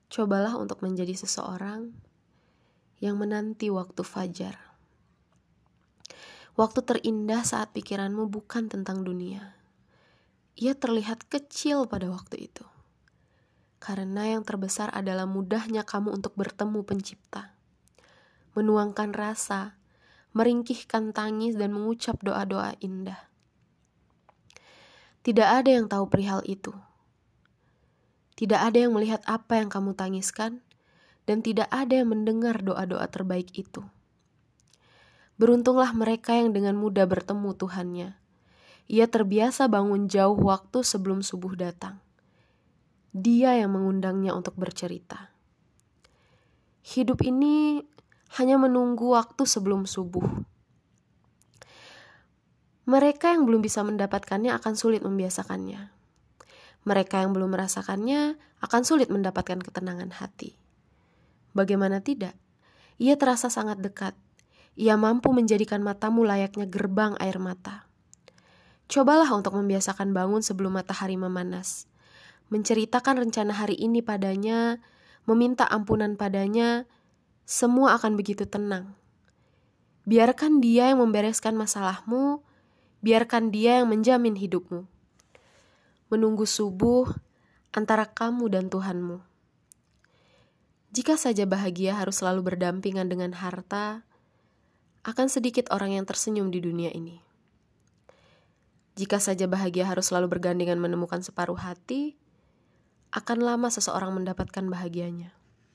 Cobalah untuk menjadi seseorang yang menanti waktu fajar. Waktu terindah saat pikiranmu bukan tentang dunia. Ia terlihat kecil pada waktu itu. Karena yang terbesar adalah mudahnya kamu untuk bertemu Pencipta. Menuangkan rasa, meringkihkan tangis dan mengucap doa-doa indah. Tidak ada yang tahu perihal itu. Tidak ada yang melihat apa yang kamu tangiskan, dan tidak ada yang mendengar doa-doa terbaik itu. Beruntunglah mereka yang dengan mudah bertemu Tuhannya. Ia terbiasa bangun jauh waktu sebelum subuh datang. Dia yang mengundangnya untuk bercerita. Hidup ini hanya menunggu waktu sebelum subuh. Mereka yang belum bisa mendapatkannya akan sulit membiasakannya. Mereka yang belum merasakannya akan sulit mendapatkan ketenangan hati. Bagaimana tidak? Ia terasa sangat dekat. Ia mampu menjadikan matamu layaknya gerbang air mata. Cobalah untuk membiasakan bangun sebelum matahari memanas. Menceritakan rencana hari ini padanya, meminta ampunan padanya, semua akan begitu tenang. Biarkan dia yang membereskan masalahmu, biarkan dia yang menjamin hidupmu. Menunggu subuh antara kamu dan Tuhanmu. Jika saja bahagia harus selalu berdampingan dengan harta, akan sedikit orang yang tersenyum di dunia ini. Jika saja bahagia harus selalu bergandengan menemukan separuh hati, akan lama seseorang mendapatkan bahagianya.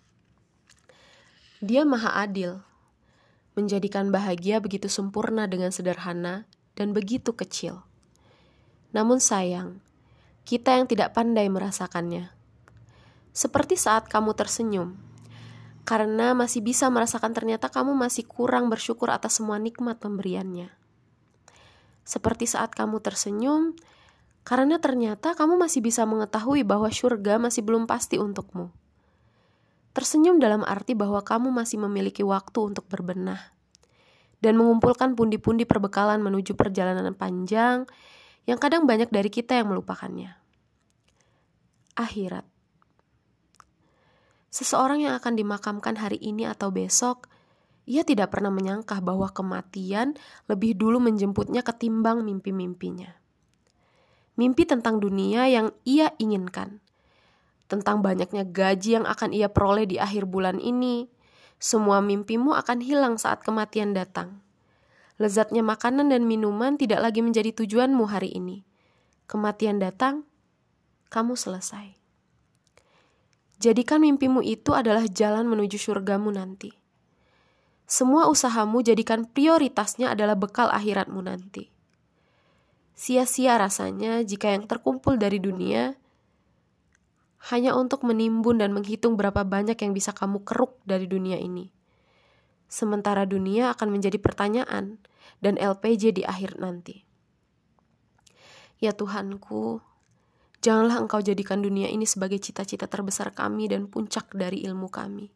Dia maha adil, menjadikan bahagia begitu sempurna dengan sederhana dan begitu kecil. Namun sayang, kita yang tidak pandai merasakannya. Seperti saat kamu tersenyum, karena masih bisa merasakan ternyata kamu masih kurang bersyukur atas semua nikmat pemberiannya. Seperti saat kamu tersenyum, karena ternyata kamu masih bisa mengetahui bahwa surga masih belum pasti untukmu. Tersenyum dalam arti bahwa kamu masih memiliki waktu untuk berbenah dan mengumpulkan pundi-pundi perbekalan menuju perjalanan panjang yang kadang banyak dari kita yang melupakannya. Akhirat. Seseorang yang akan dimakamkan hari ini atau besok, ia tidak pernah menyangka bahwa kematian lebih dulu menjemputnya ketimbang mimpi-mimpinya. Mimpi tentang dunia yang ia inginkan, tentang banyaknya gaji yang akan ia peroleh di akhir bulan ini. Semua mimpimu akan hilang saat kematian datang. Lezatnya makanan dan minuman tidak lagi menjadi tujuanmu hari ini. Kematian datang, kamu selesai. Jadikan mimpimu itu adalah jalan menuju surgamu nanti. Semua usahamu jadikan prioritasnya adalah bekal akhiratmu nanti. Sia-sia rasanya jika yang terkumpul dari dunia hanya untuk menimbun dan menghitung berapa banyak yang bisa kamu keruk dari dunia ini. Sementara dunia akan menjadi pertanyaan dan LPJ di akhir nanti. Ya Tuhanku, janganlah Engkau jadikan dunia ini sebagai cita-cita terbesar kami dan puncak dari ilmu kami.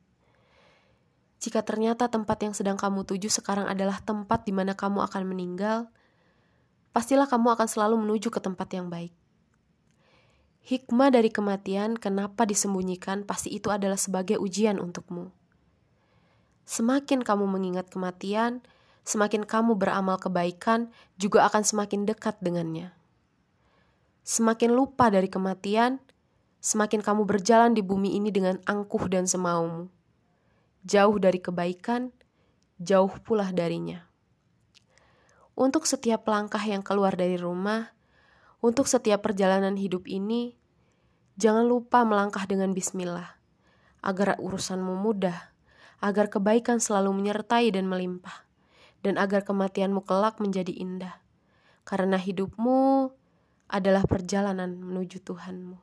Jika ternyata tempat yang sedang kamu tuju sekarang adalah tempat di mana kamu akan meninggal, pastilah kamu akan selalu menuju ke tempat yang baik. Hikmah dari kematian kenapa disembunyikan pasti itu adalah sebagai ujian untukmu. Semakin kamu mengingat kematian, semakin kamu beramal kebaikan juga akan semakin dekat dengannya. Semakin lupa dari kematian, semakin kamu berjalan di bumi ini dengan angkuh dan semaumu. Jauh dari kebaikan, jauh pula darinya. Untuk setiap langkah yang keluar dari rumah, untuk setiap perjalanan hidup ini, jangan lupa melangkah dengan bismillah, agar urusanmu mudah, agar kebaikan selalu menyertai dan melimpah, dan agar kematianmu kelak menjadi indah. Karena hidupmu adalah perjalanan menuju Tuhanmu.